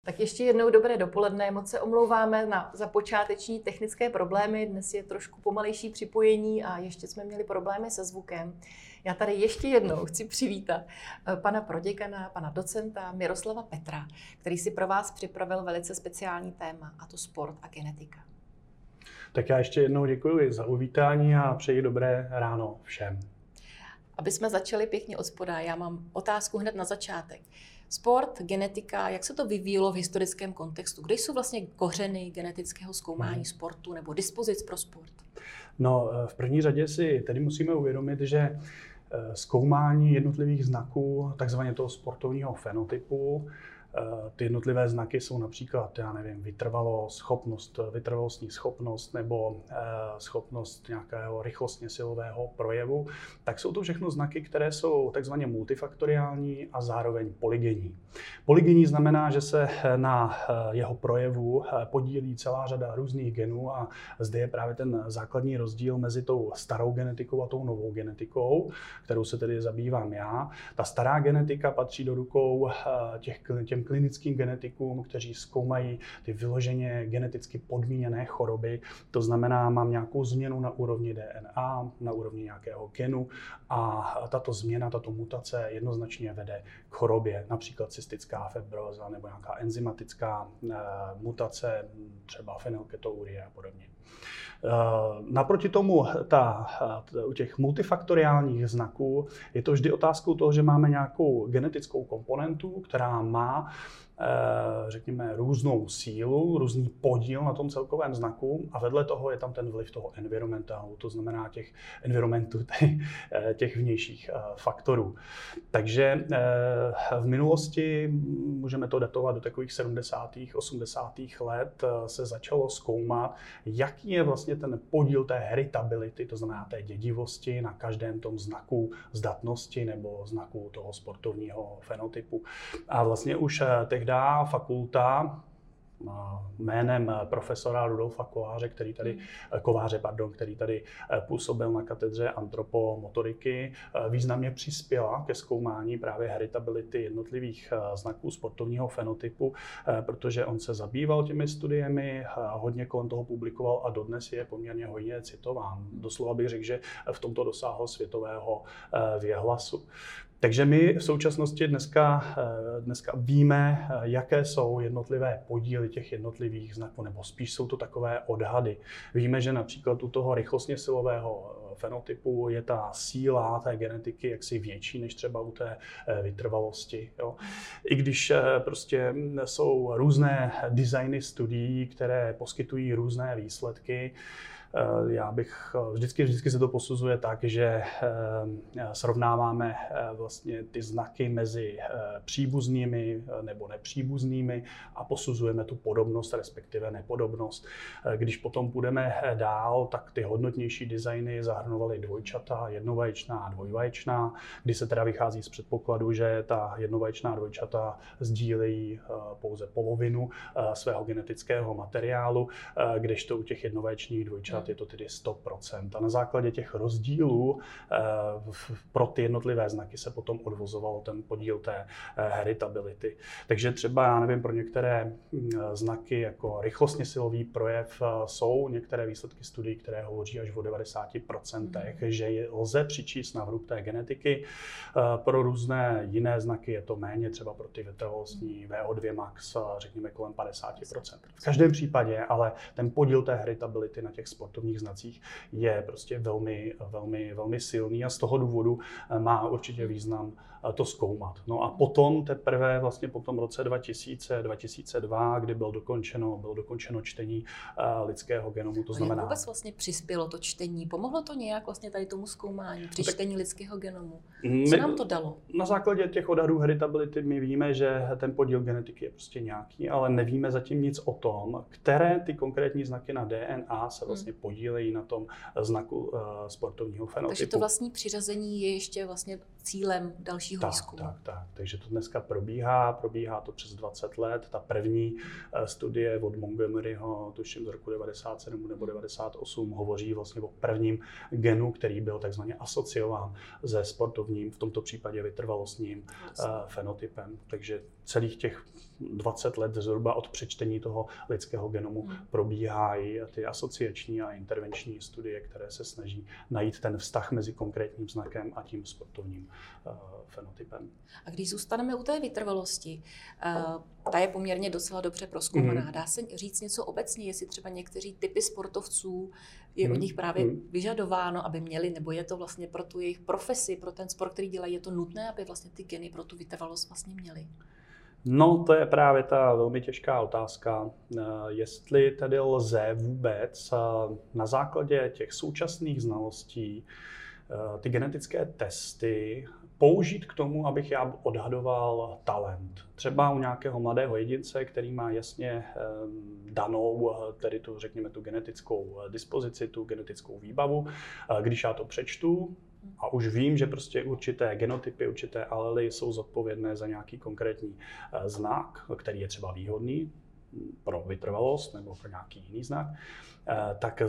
Tak ještě jednou dobré dopoledne, moc se omlouváme za počáteční technické problémy, dnes je trošku pomalejší připojení a ještě jsme měli problémy se zvukem. Já tady ještě jednou chci přivítat pana proděkana, pana docenta Miroslava Petra, který si pro vás připravil velice speciální téma, a to sport a genetika. Tak já ještě jednou děkuji za uvítání a přeji dobré ráno všem. Aby jsme začali pěkně od spoda, já mám otázku hned na začátek. Sport, genetika, jak se to vyvíjelo v historickém kontextu? Kde jsou vlastně kořeny genetického zkoumání sportu nebo dispozic pro sport? No, v první řadě si tedy musíme uvědomit, že zkoumání jednotlivých znaků, takzvaně toho sportovního fenotypu, ty jednotlivé znaky jsou například, vytrvalostní schopnost nebo schopnost nějakého rychlostně silového projevu, tak jsou to všechno znaky, které jsou takzvaně multifaktoriální a zároveň polygenní. Polygenní znamená, že se na jeho projevu podílí celá řada různých genů a zde je právě ten základní rozdíl mezi tou starou genetikou a tou novou genetikou, kterou se tedy zabývám já. Ta stará genetika patří do rukou těm klinickým genetikům, kteří zkoumají ty vyloženě geneticky podmíněné choroby. To znamená, mám nějakou změnu na úrovni DNA, na úrovni nějakého genu a tato změna, tato mutace jednoznačně vede k chorobě, například cystická fibróza nebo nějaká enzymatická mutace, třeba fenylketourie a podobně. Naproti tomu u těch multifaktoriálních znaků je to vždy otázkou toho, že máme nějakou genetickou komponentu, která má řekněme různou sílu, různý podíl na tom celkovém znaku a vedle toho je tam ten vliv toho environmentálu, to znamená těch vnějších faktorů. Takže v minulosti, můžeme to datovat do takových 70. 80. let, se začalo zkoumat, jaký je vlastně ten podíl té heritability, to znamená té dědivosti na každém tom znaku zdatnosti nebo znaku toho sportovního fenotypu. A vlastně už tehdy fakulta jménem profesora Rudolfa Kováře, který tady působil na katedře antropomotoriky, významně přispěla ke zkoumání právě heritability jednotlivých znaků sportovního fenotypu, protože on se zabýval těmi studiemi, hodně kolem toho publikoval a dodnes je poměrně hodně citován. Doslova bych řekl, že v tomto dosáhl světového věhlasu. Takže my v současnosti dneska víme, jaké jsou jednotlivé podíly těch jednotlivých znaků, nebo spíš jsou to takové odhady. Víme, že například u toho rychlostně silového fenotypu je ta síla té genetiky jaksi větší než třeba u té vytrvalosti. Jo. I když prostě jsou různé designy studií, které poskytují různé výsledky, já bych vždycky se to posuzuje tak, že srovnáváme vlastně ty znaky mezi příbuznými nebo nepříbuznými a posuzujeme tu podobnost, respektive nepodobnost. Když potom půjdeme dál, tak ty hodnotnější designy zahrnovaly dvojčata, jednovaječná a dvojvaječná, kdy se teda vychází z předpokladu, že ta jednovaječná dvojčata sdílejí pouze polovinu svého genetického materiálu, kdežto u těch jednovaječných dvojčat je to tedy 100%. A na základě těch rozdílů pro ty jednotlivé znaky se potom odvozoval ten podíl té heritability. Takže třeba, pro některé znaky jako rychlostně silový projev jsou některé výsledky studií, které hovoří až o 90%, že je lze přičíst na vrub té genetiky. Pro různé jiné znaky je to méně, třeba pro ty vytrvalostní VO2 max, řekněme kolem 50%. V každém případě, ale ten podíl té heritability na těch sportovních znacích je prostě velmi silný a z toho důvodu má určitě význam to zkoumat. No a potom teprve vlastně po tom roce 2002, kdy bylo dokončeno čtení lidského genomu, to znamená... Jak vůbec vlastně přispělo to čtení? Pomohlo to nějak vlastně tady tomu zkoumání při čtení lidského genomu? Co nám to dalo? Na základě těch odhadů heritability my víme, že ten podíl genetiky je prostě nějaký, ale nevíme zatím nic o tom, které ty konkrétní znaky na DNA se vlastně podílejí na tom znaku sportovního fenotypu. Takže to vlastní přiřazení je ještě vlastně cílem další dalšího výzkumu. Tak. Takže to dneska probíhá to přes 20 let. Ta první studie od Montgomeryho, tuším z roku 97 nebo 98, hovoří vlastně o prvním genu, který byl takzvaně asociován se sportovním, v tomto případě vytrvalostním fenotypem. Takže celých těch 20 let zhruba od přečtení toho lidského genomu probíhají ty asociační a intervenční studie, které se snaží najít ten vztah mezi konkrétním znakem a tím sportovním fenotypem. A když zůstaneme u té vytrvalosti, ta je poměrně docela dobře prozkoumaná. Dá se říct něco obecně, jestli třeba někteří typy sportovců je od nich právě vyžadováno, aby měli, nebo je to vlastně pro tu jejich profesi, pro ten sport, který dělají, je to nutné, aby vlastně ty geny pro tu vytrvalost vlastně měli? No, to je právě ta velmi těžká otázka, jestli tedy lze vůbec na základě těch současných znalostí ty genetické testy použít k tomu, abych já odhadoval talent. Třeba u nějakého mladého jedince, který má jasně danou, tedy tu, řekněme, tu genetickou dispozici, tu genetickou výbavu. Když já to přečtu a už vím, že prostě určité genotypy, určité alely jsou zodpovědné za nějaký konkrétní znak, který je třeba výhodný pro vytrvalost nebo pro nějaký jiný znak, tak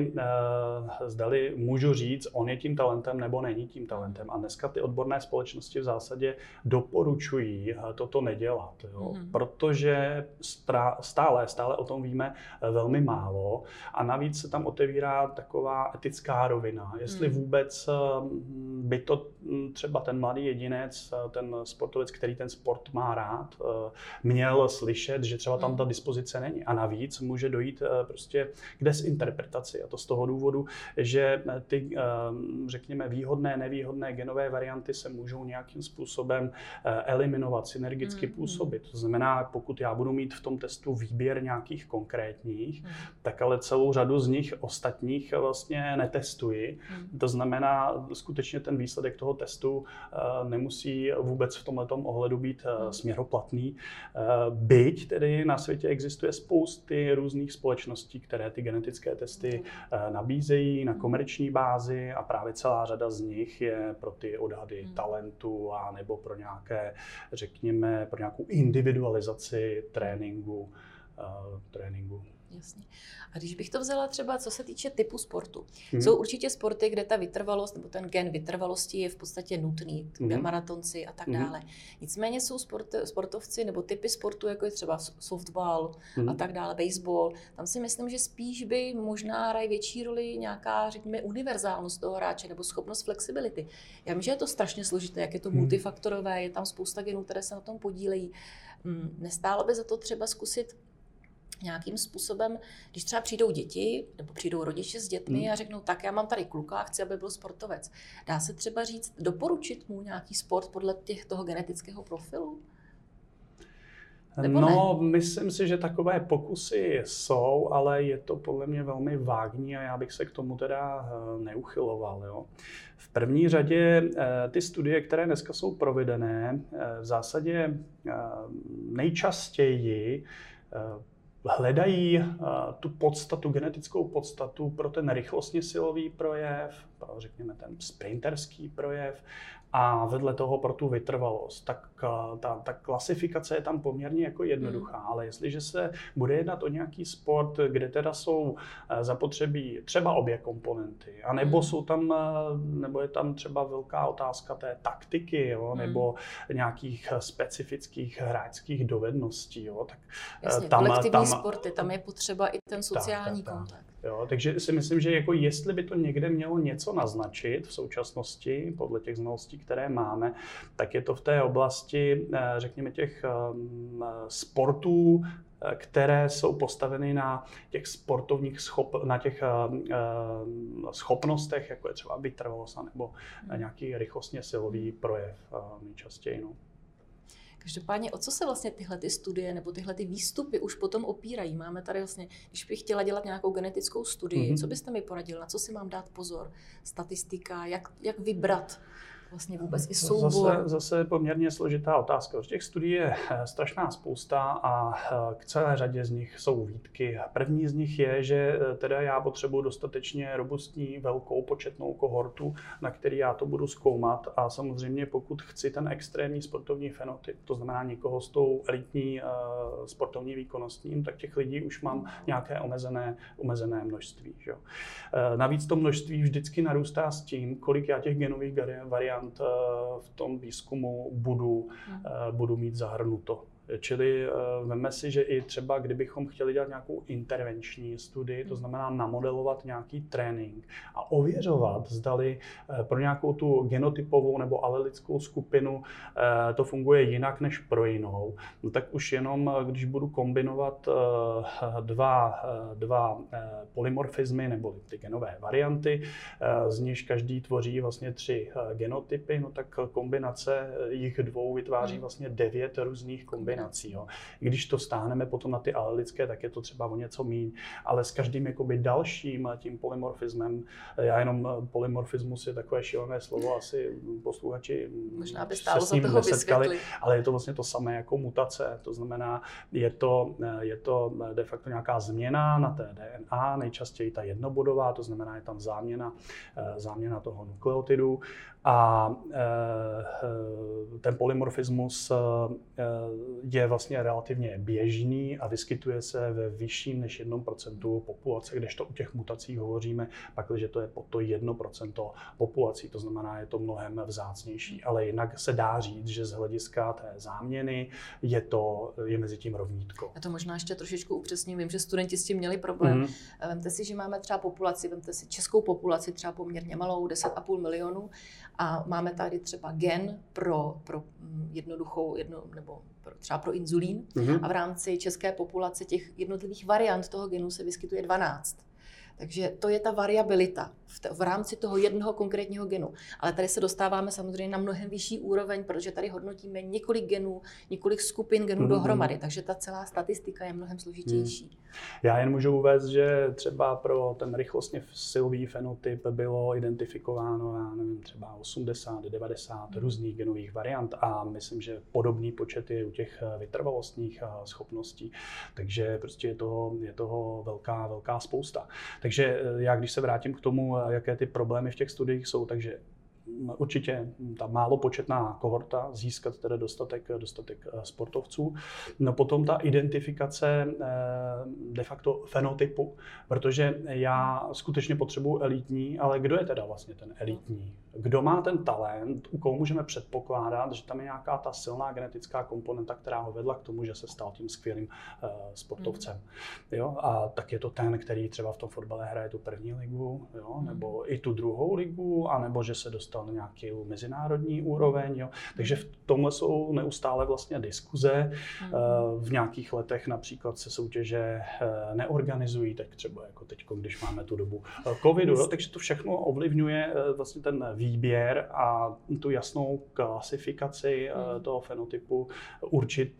zdali můžu říct, on je tím talentem nebo není tím talentem. A dneska ty odborné společnosti v zásadě doporučují toto nedělat, jo? Protože stále o tom víme velmi málo a navíc se tam otevírá taková etická rovina. Jestli vůbec by to třeba ten mladý jedinec, ten sportovec, který ten sport má rád, měl slyšet, že třeba tam ta dispozice není. A navíc může dojít prostě k desinterpretaci. A to z toho důvodu, že ty, řekněme, výhodné, nevýhodné genové varianty se můžou nějakým způsobem eliminovat, synergicky působit. To znamená, pokud já budu mít v tom testu výběr nějakých konkrétních, tak ale celou řadu z nich ostatních vlastně netestuji. To znamená, skutečně ten výsledek toho testu nemusí vůbec v tomhletom ohledu být směroplatný. Byť tedy na světě existuje spousty různých společností, které ty genetické testy nabízejí na komerční bázi a právě celá řada z nich je pro ty odhady talentu a nebo pro nějaké, řekněme, pro nějakou individualizaci tréninku. Jasně. A když bych to vzala třeba, co se týče typu sportu. Jsou určitě sporty, kde ta vytrvalost nebo ten gen vytrvalosti je v podstatě nutný, maratonci a tak dále. Nicméně jsou sportovci nebo typy sportu, jako je třeba softball a tak dále, baseball. Tam si myslím, že spíš by možná hraje větší roli nějaká, řekněme, univerzálnost toho hráče nebo schopnost flexibility. Já vím, že je to strašně složité, jak je to multifaktorové, je tam spousta genů, které se na tom podílejí. Nestálo by za to třeba zkusit nějakým způsobem, když třeba přijdou děti nebo přijdou rodiče s dětmi a řeknou, tak já mám tady kluka a chci, aby byl sportovec. Dá se třeba říct, doporučit mu nějaký sport podle toho genetického profilu? No, myslím si, že takové pokusy jsou, ale je to podle mě velmi vágní a já bych se k tomu teda neuchyloval. Jo. V první řadě ty studie, které dneska jsou provedené, v zásadě nejčastěji hledají tu podstatu, genetickou podstatu pro ten rychlostně silový projev, pro, řekněme, ten sprinterský projev a vedle toho pro tu vytrvalost. Tak ta klasifikace je tam poměrně jako jednoduchá, ale jestliže se bude jednat o nějaký sport, kde teda jsou zapotřebí třeba obě komponenty, anebo jsou tam, nebo je tam třeba velká otázka té taktiky, jo, nebo nějakých specifických hráčských dovedností, jo, tak jasně, kolektivní sporty, tam je potřeba i ten sociální kontakt. Jo, takže si myslím, že jako jestli by to někde mělo něco naznačit v současnosti, podle těch znalostí, které máme, tak je to v té oblasti, řekněme, těch sportů, které jsou postaveny na těch sportovních schopnostech, jako je třeba vytrvalost nebo nějaký rychlostně silový projev nejčastěji. No. Každopádně, o co se vlastně tyhle ty studie nebo tyhle ty výstupy už potom opírají? Máme tady vlastně, když bych chtěla dělat nějakou genetickou studii, co byste mi poradil, na co si mám dát pozor? Statistika, jak vybrat vlastně vůbec i soubor? Zase poměrně složitá otázka. Těch studií je strašná spousta a k celé řadě z nich jsou výtky. První z nich je, že teda já potřebuji dostatečně robustní, velkou početnou kohortu, na který já to budu zkoumat, a samozřejmě pokud chci ten extrémní sportovní fenotyp, to znamená někoho s tou elitní sportovní výkonností, tak těch lidí už mám nějaké omezené množství. Že? Navíc to množství vždycky narůstá s tím, kolik já těch genových variant v tom výzkumu budu mít zahrnuto. Čili veme si, že i třeba kdybychom chtěli dělat nějakou intervenční studii, to znamená namodelovat nějaký trénink a ověřovat, zdali pro nějakou tu genotypovou nebo alelickou skupinu to funguje jinak než pro jinou, no tak už jenom když budu kombinovat dva polymorfismy nebo ty genové varianty, z nichž každý tvoří vlastně 3 genotypy, no tak kombinace jich 2 vytváří vlastně 9 různých kombinací. Jo. Když to stáhneme potom na ty alelické, tak je to třeba o něco míň, ale s každým jakoby dalším tím polymorfismem, já jenom polymorfismus je takové šílené slovo, asi posluchači možná by stálo za toho vysvětlit, ale je to vlastně to samé jako mutace, to znamená, je to de facto nějaká změna na té DNA, nejčastěji ta jednobodová, to znamená, je tam záměna toho nukleotidu a ten polymorfismus je vlastně relativně běžný a vyskytuje se ve vyšším než 1% populace, kdežto u těch mutací hovoříme pakliže to je pod to 1% populací, to znamená, je to mnohem vzácnější, ale jinak se dá říct, že z hlediska té záměny je mezi tím rovnítko. Já to možná ještě trošičku upřesním, vím, že studenti s tím měli problém. Vemte si, že máme třeba vemte si českou populaci třeba poměrně malou, 10,5 milionů, a máme tady třeba gen pro třeba pro inzulín, a v rámci české populace těch jednotlivých variant toho genu se vyskytuje 12. Takže to je ta variabilita v rámci toho jednoho konkrétního genu. Ale tady se dostáváme samozřejmě na mnohem vyšší úroveň, protože tady hodnotíme několik genů, několik skupin genů dohromady, takže ta celá statistika je mnohem složitější. Já jen můžu uvést, že třeba pro ten rychlostně silový fenotyp bylo identifikováno, já nevím, třeba 80, 90 různých genových variant a myslím, že podobný počet je u těch vytrvalostních schopností. Takže prostě je toho velká spousta. Takže já, když se vrátím k tomu, jaké ty problémy v těch studiích jsou, takže určitě ta málo početná kohorta, získat teda dostatek sportovců. No potom ta identifikace de facto fenotypu, protože já skutečně potřebuji elitní, ale kdo je teda vlastně ten elitní? Kdo má ten talent, u koho můžeme předpokládat, že tam je nějaká ta silná genetická komponenta, která ho vedla k tomu, že se stal tím skvělým sportovcem. Jo? A tak je to ten, který třeba v tom fotbale hraje tu první ligu, jo? Nebo i tu druhou ligu, anebo že se dostal na nějakou mezinárodní úroveň. Jo? Takže v tomhle jsou neustále vlastně diskuze. V nějakých letech například se soutěže neorganizují, tak třeba jako teď, když máme tu dobu covidu. Jo? Takže to všechno ovlivňuje vlastně ten výběr a tu jasnou klasifikaci toho fenotypu určit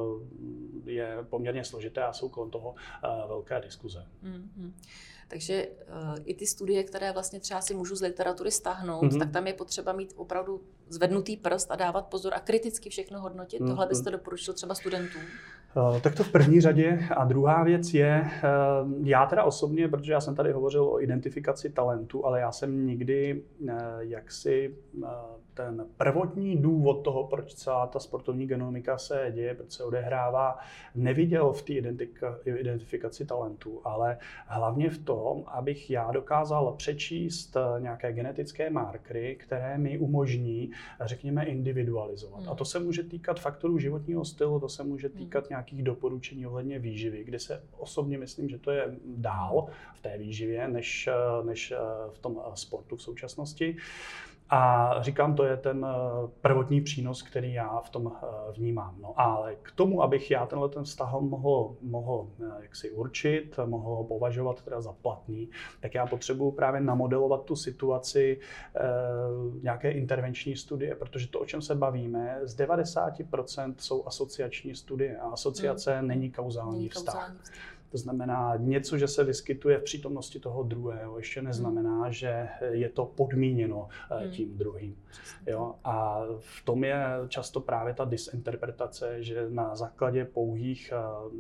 je poměrně složité a jsou kolem toho velké diskuze. Takže i ty studie, které vlastně třeba si můžu z literatury stáhnout, tak tam je potřeba mít opravdu zvednutý prst a dávat pozor a kriticky všechno hodnotit. Tohle byste doporučil třeba studentům? Tak to v první řadě. A druhá věc je, já teda osobně, protože já jsem tady hovořil o identifikaci talentu, ale já jsem nikdy jaksi ten prvotní důvod toho, proč celá ta sportovní genomika se děje, proč se odehrává, neviděl v té identifikaci talentu, ale hlavně v tom, abych já dokázal přečíst nějaké genetické markery, které mi umožní, řekněme, individualizovat. A to se může týkat faktorů životního stylu, to se může týkat nějakých doporučení ohledně výživy, kde se osobně myslím, že to je dál v té výživě, než v tom sportu v současnosti. A říkám, to je ten prvotní přínos, který já v tom vnímám. No, ale k tomu, abych já tenhle vztah mohl jaksi určit, mohl ho považovat teda za platný, tak já potřebuji právě namodelovat tu situaci nějaké intervenční studie, protože to, o čem se bavíme, z 90% jsou asociační studie a asociace není kauzální vztah. To znamená, něco, že se vyskytuje v přítomnosti toho druhého, ještě neznamená, že je to podmíněno tím druhým. Jo? A v tom je často právě ta disinterpretace, že na základě pouhých,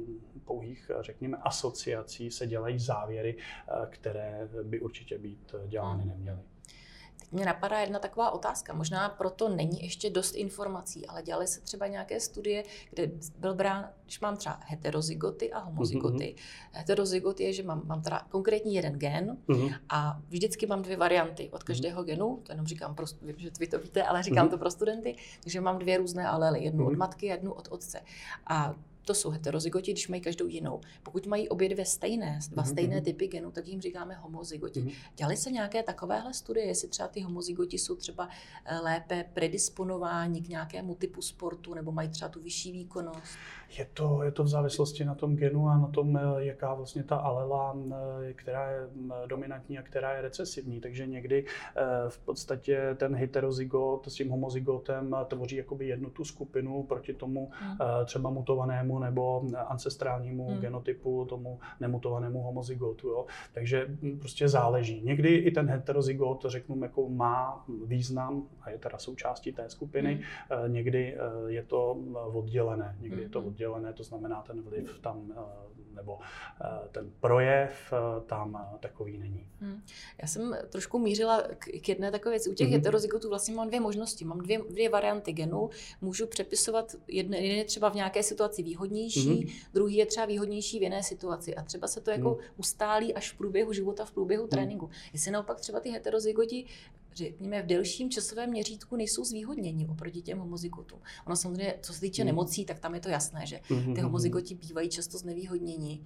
řekněme, asociací se dělají závěry, které by určitě být dělány neměly. Teď mě napadá jedna taková otázka. Možná proto není ještě dost informací, ale dělaly se třeba nějaké studie, kde byl brán, když mám třeba heterozygoty a homozygoty. Heterozygot je, že mám teda konkrétní jeden gen a vždycky mám 2 varianty od každého genu, to jenom říkám, vím, že vy to víte, ale říkám to pro studenty, takže mám 2 různé alely, jednu od matky a jednu od otce. A to jsou heterozygoti, když mají každou jinou. Pokud mají obě 2 stejné typy genů, tak jim říkáme homozygoti. Dělaly se nějaké takovéhle studie, jestli třeba ty homozygoti jsou třeba lépe predisponováni k nějakému typu sportu nebo mají třeba tu vyšší výkonnost? Je to v závislosti na tom genu a na tom, jaká vlastně ta alela, která je dominantní a která je recesivní. Takže někdy v podstatě ten heterozygot s tím homozygotem tvoří jakoby jednu tu skupinu proti tomu třeba mutovanému nebo ancestrálnímu genotypu, tomu nemutovanému homozygotu. Jo. Takže prostě záleží. Někdy i ten heterozygot, řeknu, jako má význam a je teda součástí té skupiny. Někdy je to oddělené. To znamená, ten vliv tam nebo ten projev tam takový není. Já jsem trošku mířila k jedné takové věci. U těch heterozygotů vlastně mám 2 možnosti. Mám 2 varianty genů. Můžu přepisovat, jeden je třeba v nějaké situaci výhodnější, druhý je třeba výhodnější v jiné situaci. A třeba se to jako ustálí až v průběhu života, v průběhu tréninku. Jestli naopak třeba ty heterozygoti, řekněme, v delším časovém měřítku nejsou zvýhodněni oproti těm homozygotům. Ono samozřejmě, co se týče nemocí, tak tam je to jasné, že ty homozygoti bývají často znevýhodnění.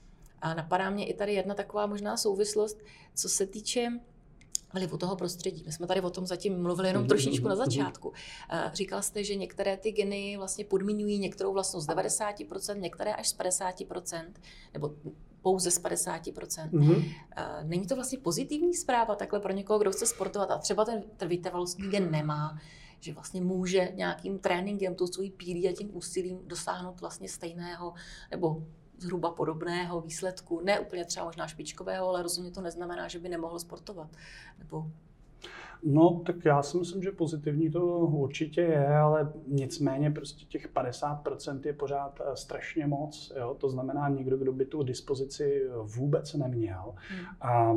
A napadá mě i tady jedna taková možná souvislost, co se týče vlivu toho prostředí. My jsme tady o tom zatím mluvili jenom trošičku na začátku. Říkal jste, že některé ty geny vlastně podmiňují některou vlastnost z 90%, některé až z 50%, nebo pouze z 50%. Není to vlastně pozitivní zpráva takhle pro někoho, kdo chce sportovat a třeba ten vytrvalostní gen nemá, že vlastně může nějakým tréninkem, tou svojí pílí a tím úsilím dosáhnout vlastně stejného nebo zhruba podobného výsledku. Ne úplně třeba možná špičkového, ale rozhodně to neznamená, že by nemohl sportovat. Nebo... No, tak já si myslím, že pozitivní to určitě je, ale nicméně prostě těch 50% je pořád strašně moc. Jo? To znamená někdo, kdo by tu dispozici vůbec neměl a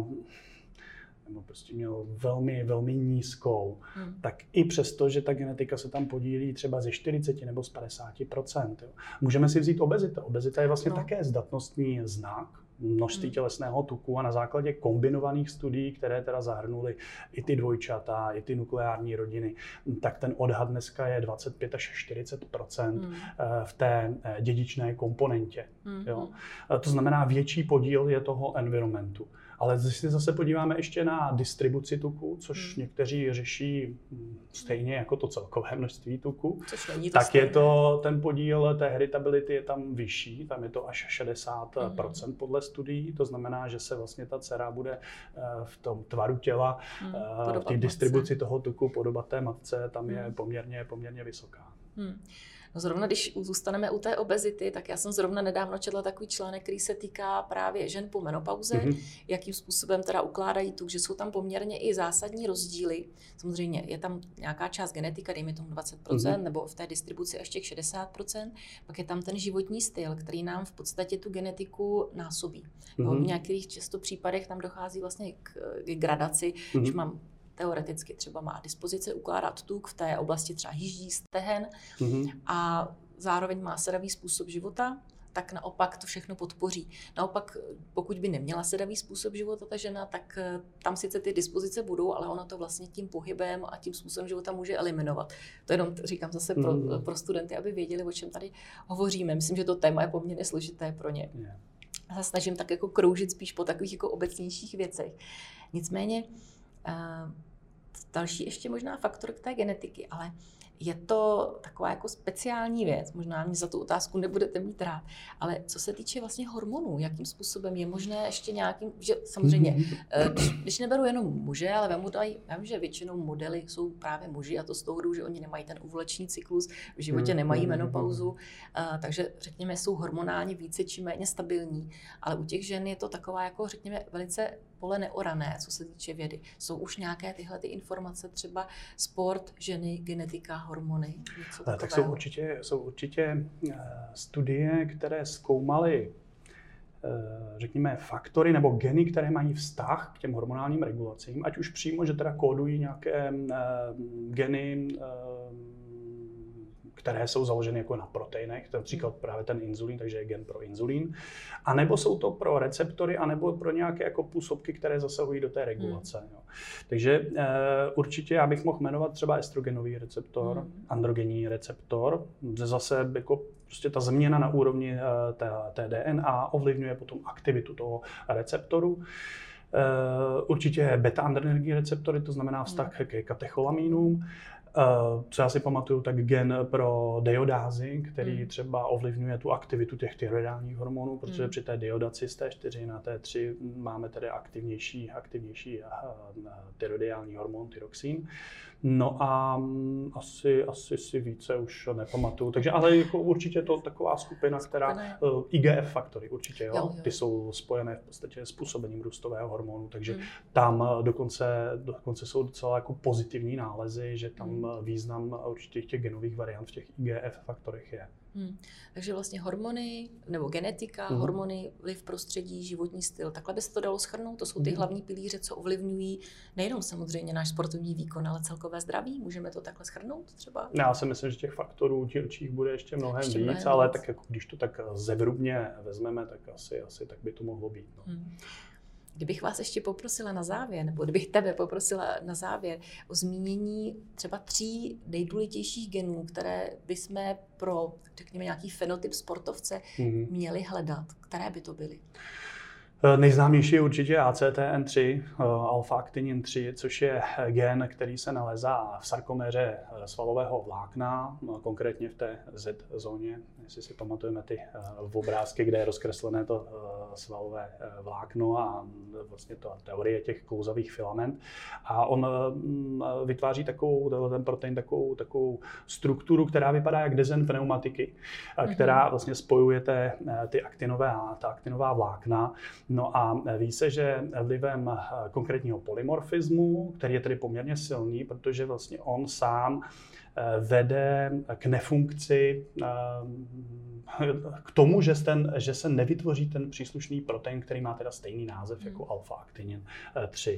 nebo prostě měl velmi, velmi nízkou, tak i přesto, že ta genetika se tam podílí třeba ze 40 nebo z 50%. Jo. Můžeme si vzít obezita. Obezita je vlastně také zdatnostní znak množství tělesného tuku a na základě kombinovaných studií, které teda zahrnuly i ty dvojčata, i ty nukleární rodiny, tak ten odhad dneska je 25 až 40% v té dědičné komponentě. Jo. To znamená, větší podíl je toho environmentu. Ale když se zase podíváme ještě na distribuci tuku, což někteří řeší stejně jako to celkové množství tuku, tak stejné. Je to ten podíl té heritability je tam vyšší, tam je to až 60% podle studií, to znamená, že se vlastně ta dcera bude v tom tvaru těla, v té distribuci toho tuku podobat té matce, tam je poměrně vysoká. No zrovna když zůstaneme u té obezity, tak já jsem zrovna nedávno četla takový článek, který se týká právě žen po menopauze, jakým způsobem teda ukládají tuk, že jsou tam poměrně i zásadní rozdíly. Samozřejmě je tam nějaká část genetika, dejme tomu 20%, nebo v té distribuci ještě 60%, pak je tam ten životní styl, který nám v podstatě tu genetiku násobí. V některých často případech tam dochází vlastně k gradaci, když mám teoreticky třeba má dispozice ukládat tuk v té oblasti třeba hyždí, stehen a zároveň má sedavý způsob života, tak naopak to všechno podpoří. Naopak, pokud by neměla sedavý způsob života ta žena, tak tam sice ty dispozice budou, ale ona to vlastně tím pohybem a tím způsobem života může eliminovat. To jenom říkám zase pro studenty, aby věděli, o čem tady hovoříme. Myslím, že to téma je poměrně složité pro ně. Já se snažím tak jako kroužit spíš po takových jako obecnějších věcech. Nicméně další ještě možná faktor k té genetiky, ale Je to taková jako speciální věc, možná mě za tu otázku nebudete mít rád, ale co se týče vlastně hormonů, jakým způsobem je možné ještě nějakým, že samozřejmě, když neberu jenom muže, ale vím, že většinou modely jsou právě muži a to z toho důvodu, že oni nemají ten ovulační cyklus, v životě nemají menopauzu, takže řekněme jsou hormonálně více či méně stabilní, ale u těch žen je to taková jako řekněme velice pole neorané, co se týče vědy. Jsou už nějaké tyhle ty informace, třeba sport, ženy, genetika, hormony, něco takového? Tak jsou určitě studie, které zkoumaly řekněme faktory nebo geny, které mají vztah k těm hormonálním regulacím, ať už přímo, že teda kódují nějaké geny, které jsou založeny jako na proteinech, například právě ten inzulín, takže je gen pro inzulín, a nebo jsou to pro receptory, anebo pro nějaké jako působky, které zasahují do té regulace. Jo. Takže určitě já bych mohl jmenovat třeba estrogenový receptor, androgenní receptor, zase jako prostě ta změna na úrovni té DNA ovlivňuje potom aktivitu toho receptoru. Určitě beta-adrenergní receptory, to znamená vztah ke katecholamínům. Co já si pamatuju, tak gen pro deiodázy, který třeba ovlivňuje tu aktivitu těch tyroidálních hormonů, protože při té deiodaci z T4 na T3 máme tedy aktivnější tyroidální hormon, tyroxin. No a asi si více už nepamatuju. Takže ale jako určitě to taková skupina, která IGF faktory určitě, jo. Ty jsou spojené v podstatě s působením růstového hormonu, takže tam dokonce jsou docela jako pozitivní nálezy, že tam význam určitě těch genových variant v těch IGF faktorech je. Takže vlastně hormony nebo genetika, hormony, vliv prostředí, životní styl, takhle by se to dalo shrnout. To jsou ty hlavní pilíře, co ovlivňují nejenom samozřejmě náš sportovní výkon, ale celkové zdraví. Můžeme to takhle shrnout třeba? Já si myslím, že těch faktorů dílčích bude ještě mnohem víc, ale tak jako, když to tak zevrubně vezmeme, tak asi tak by to mohlo být. No. Kdybych vás ještě poprosila na závěr, nebo kdybych tebe poprosila na závěr o zmínění třeba 3 nejdůležitějších genů, které bychom pro, řekněme, nějaký fenotyp sportovce měli hledat, které by to byly? Nejznámější je určitě ACTN3, alfa-aktinin 3, což je gen, který se nalézá v sarkoméře svalového vlákna, konkrétně v té Z-zóně, jestli si pamatujeme ty obrázky, kde je rozkreslené to svalové vlákno a vlastně ta teorie těch klouzavých filament. A on vytváří ten protein takovou strukturu, která vypadá jak design pneumatiky, která vlastně spojuje ta aktinová vlákna. No a ví se, že vlivem konkrétního polymorfismu, který je tedy poměrně silný, protože vlastně on sám vede k nefunkci, k tomu, že se nevytvoří ten příslušný protein, který má teda stejný název jako alfa-aktinin 3.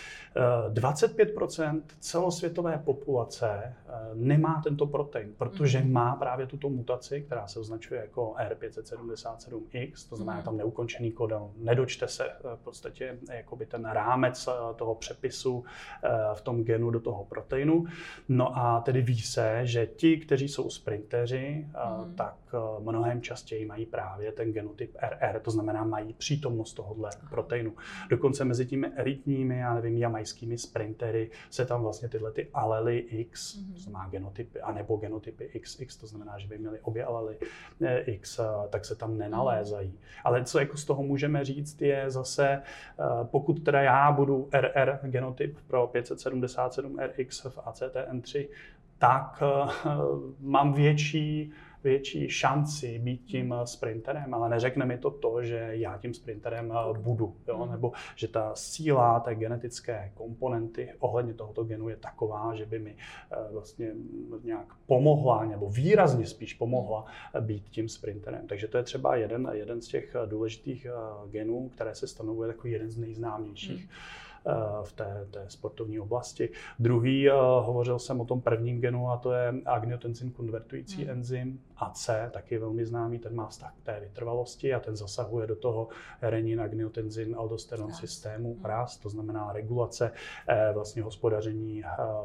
25% celosvětové populace nemá tento protein, protože má právě tuto mutaci, která se označuje jako R577X, to znamená tam neukončený kodon, nedočte se v podstatě jakoby ten rámec toho přepisu v tom genu do toho proteinu. No a tedy ví se, že ti, kteří jsou sprinteři, tak mnohem častěji mají právě ten genotyp RR, to znamená mají přítomnost tohohle proteinu. Dokonce mezi těmi elitními, já nevím, jamajskými sprintery se tam vlastně tyhle ty alely X, to znamená genotypy, anebo genotypy XX, to znamená, že by měli obě alely X, tak se tam nenalézají. Ale co jako z toho můžeme říct je zase, pokud teda já budu RR genotyp pro 577RX v ACTN3, tak mám větší šanci být tím sprinterem, ale neřekne mi to, že já tím sprinterem budu, jo? Nebo že ta síla té genetické komponenty ohledně tohoto genu je taková, že by mi vlastně nějak pomohla, nebo výrazně spíš pomohla být tím sprinterem. Takže to je třeba jeden z těch důležitých genů, které se stanovuje jako jeden z nejznámějších v té sportovní oblasti. Druhý, hovořil jsem o tom prvním genu, a to je angiotensin konvertující enzym, A C, taky velmi známý, ten má vztah k té vytrvalosti a ten zasahuje do toho renin, agniotensin, aldosteron systému RAS, to znamená regulace vlastně hospodaření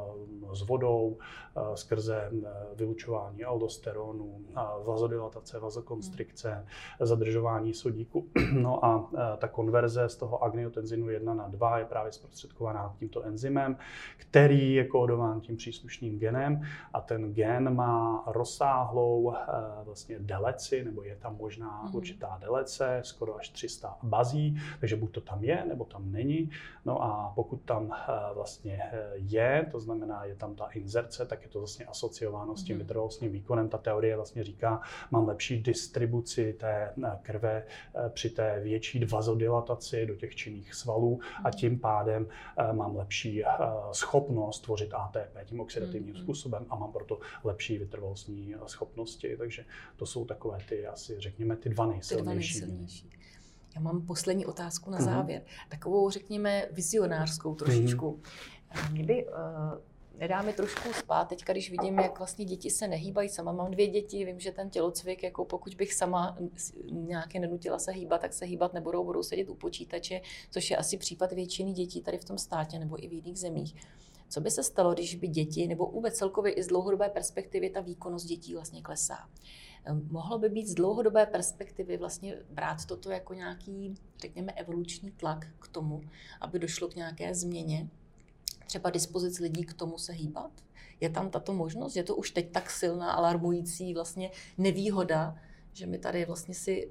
s vodou skrze vylučování aldosteronu, vazodilatace, vazokonstrikce, zadržování sodíku. No a ta konverze z toho angiotenzinu 1 na 2 je právě zprostředkovaná tímto enzymem, který je kódován tím příslušným genem a ten gen má rozsáhlou vlastně deleci, nebo je tam možná určitá delece, skoro až 300 bazí, takže buď to tam je, nebo tam není. No a pokud tam vlastně je, to znamená, je tam ta inzerce, tak je to vlastně asociováno s tím vytrvalostním výkonem. Ta teorie vlastně říká, mám lepší distribuci té krve při té větší vazodilataci do těch činných svalů a tím pádem mám lepší schopnost tvořit ATP tím oxidativním způsobem a mám proto lepší vytrvalostní schopnosti. Takže to jsou takové ty, asi řekněme, ty dva nejsilnější. Já mám poslední otázku na závěr. Takovou, řekněme, vizionářskou trošičku. Mě by nedá mi trošku spát teďka, když vidím, jak vlastně děti se nehýbají. Sama mám 2 děti, vím, že ten tělocvik, jako pokud bych sama nějaké nenutila se hýbat, tak se hýbat nebudou, budou sedět u počítače, což je asi případ většiny dětí tady v tom státě nebo i v jiných zemích. Co by se stalo, když by děti, nebo vůbec celkově i z dlouhodobé perspektivy ta výkonnost dětí vlastně klesá? Mohlo by být z dlouhodobé perspektivy vlastně brát toto jako nějaký, řekněme, evoluční tlak k tomu, aby došlo k nějaké změně, třeba dispozic lidí k tomu se hýbat? Je tam tato možnost? Je to už teď tak silná, alarmující vlastně nevýhoda, že my tady vlastně si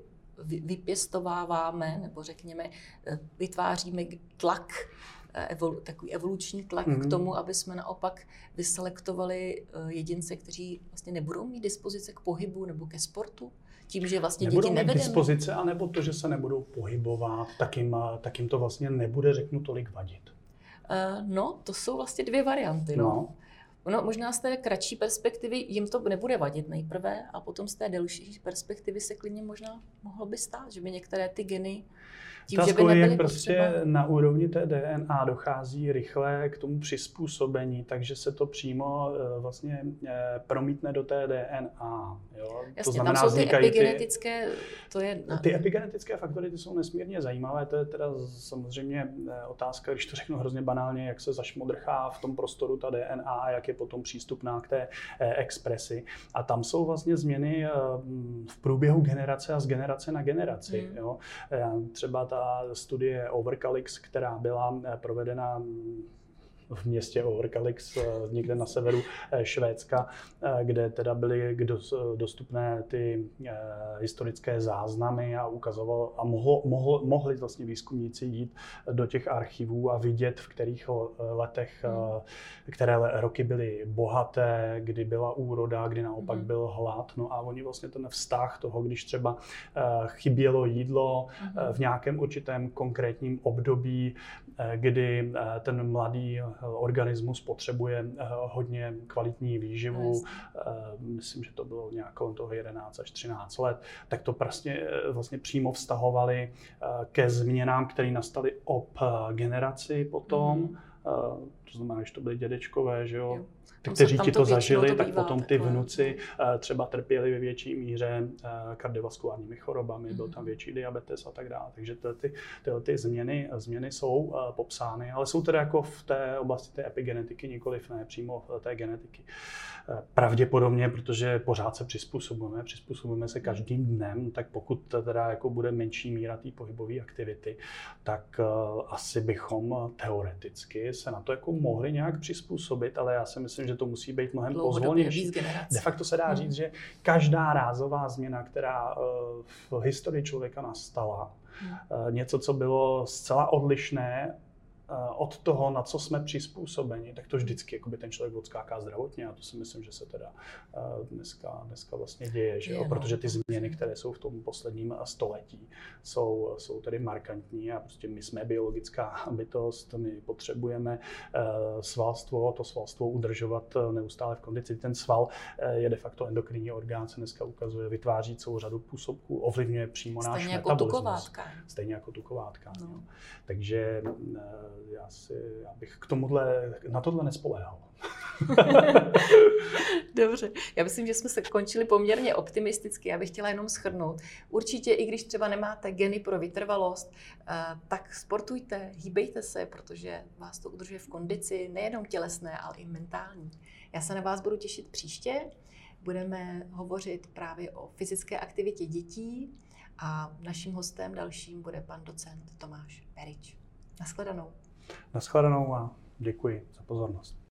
vypěstováváme, nebo řekněme, vytváříme tlak, takový evoluční tlak k tomu, aby jsme naopak vyselektovali jedince, kteří vlastně nebudou mít dispozice k pohybu nebo ke sportu? Tím, že vlastně děti nevedeme. Nebudou mít dispozice, anebo to, že se nebudou pohybovat, tak jim to vlastně nebude, řeknu, tolik vadit. No, to jsou vlastně 2 varianty. No, možná z té kratší perspektivy jim to nebude vadit nejprve a potom z té delší perspektivy se klidně možná mohlo by stát, že by některé ty geny tím, že by nebyly jak prostě na úrovni té DNA dochází rychle k tomu přizpůsobení, takže se to přímo vlastně promítne do té DNA. Jo? Jasně, to znamená, tam jsou ty epigenetické, Ty epigenetické faktory ty jsou nesmírně zajímavé, to je teda samozřejmě otázka, když to řeknu hrozně banálně, jak se zašmodrchá v tom prostoru ta DNA a jak je potom přístupná k té expresi. A tam jsou vlastně změny v průběhu generace a z generace na generaci. Jo? Třeba ta studie Overcalix, která byla provedena v městě Overcalix, někde na severu Švédska, kde teda byly dostupné ty historické záznamy a mohli vlastně výzkumníci jít do těch archivů a vidět, v kterých letech, které roky byly bohaté, kdy byla úroda, kdy naopak byl hlad. No a oni vlastně ten vztah toho, když třeba chybělo jídlo v nějakém určitém konkrétním období, kdy ten mladý organismus potřebuje hodně kvalitní výživu, myslím, že to bylo nějak kolem toho 11 až 13 let, tak to vlastně přímo vztahovali ke změnám, které nastaly ob generaci potom. To znamená, že to byly dědečkové, že jo? Kteří ti to zažili, tak potom ty vnuci třeba trpěli ve větší míře kardiovaskulárními chorobami, byl tam větší diabetes a tak dále. Takže tyhle ty změny jsou popsány, ale jsou tedy jako v té oblasti té epigenetiky, nikoliv ne přímo té genetiky. Pravděpodobně, protože pořád se přizpůsobujeme se každým dnem, tak pokud teda jako bude menší míra té pohybové aktivity, tak asi bychom teoreticky se na to jako mohli nějak přizpůsobit, ale já si myslím, že to musí být mnohem pozvolnější. De facto se dá říct, že každá rázová změna, která v historii člověka nastala, něco, co bylo zcela odlišné od toho, na co jsme přizpůsobeni, tak to vždycky jakoby ten člověk odskáká zdravotně a to si myslím, že se teda dneska vlastně děje, že jo? Protože ty změny, které jsou v tom posledním století, jsou tedy markantní a prostě my jsme biologická bytost, my potřebujeme svalstvo, to svalstvo udržovat neustále v kondici. Ten sval je de facto endokrinní orgán, se dneska ukazuje, vytváří celou řadu působků, ovlivňuje přímo náš metabolismus. Stejně jako tukovátka. No. Takže já bych na tohle nespoléhal. Dobře, já myslím, že jsme se končili poměrně optimisticky. Já bych chtěla jenom shrnout. Určitě, i když třeba nemáte geny pro vytrvalost, tak sportujte, hýbejte se, protože vás to udržuje v kondici, nejenom tělesné, ale i mentální. Já se na vás budu těšit příště. Budeme hovořit právě o fyzické aktivitě dětí a naším hostem dalším bude pan docent Tomáš Perič. Nashledanou. Nashledanou a děkuji za pozornost.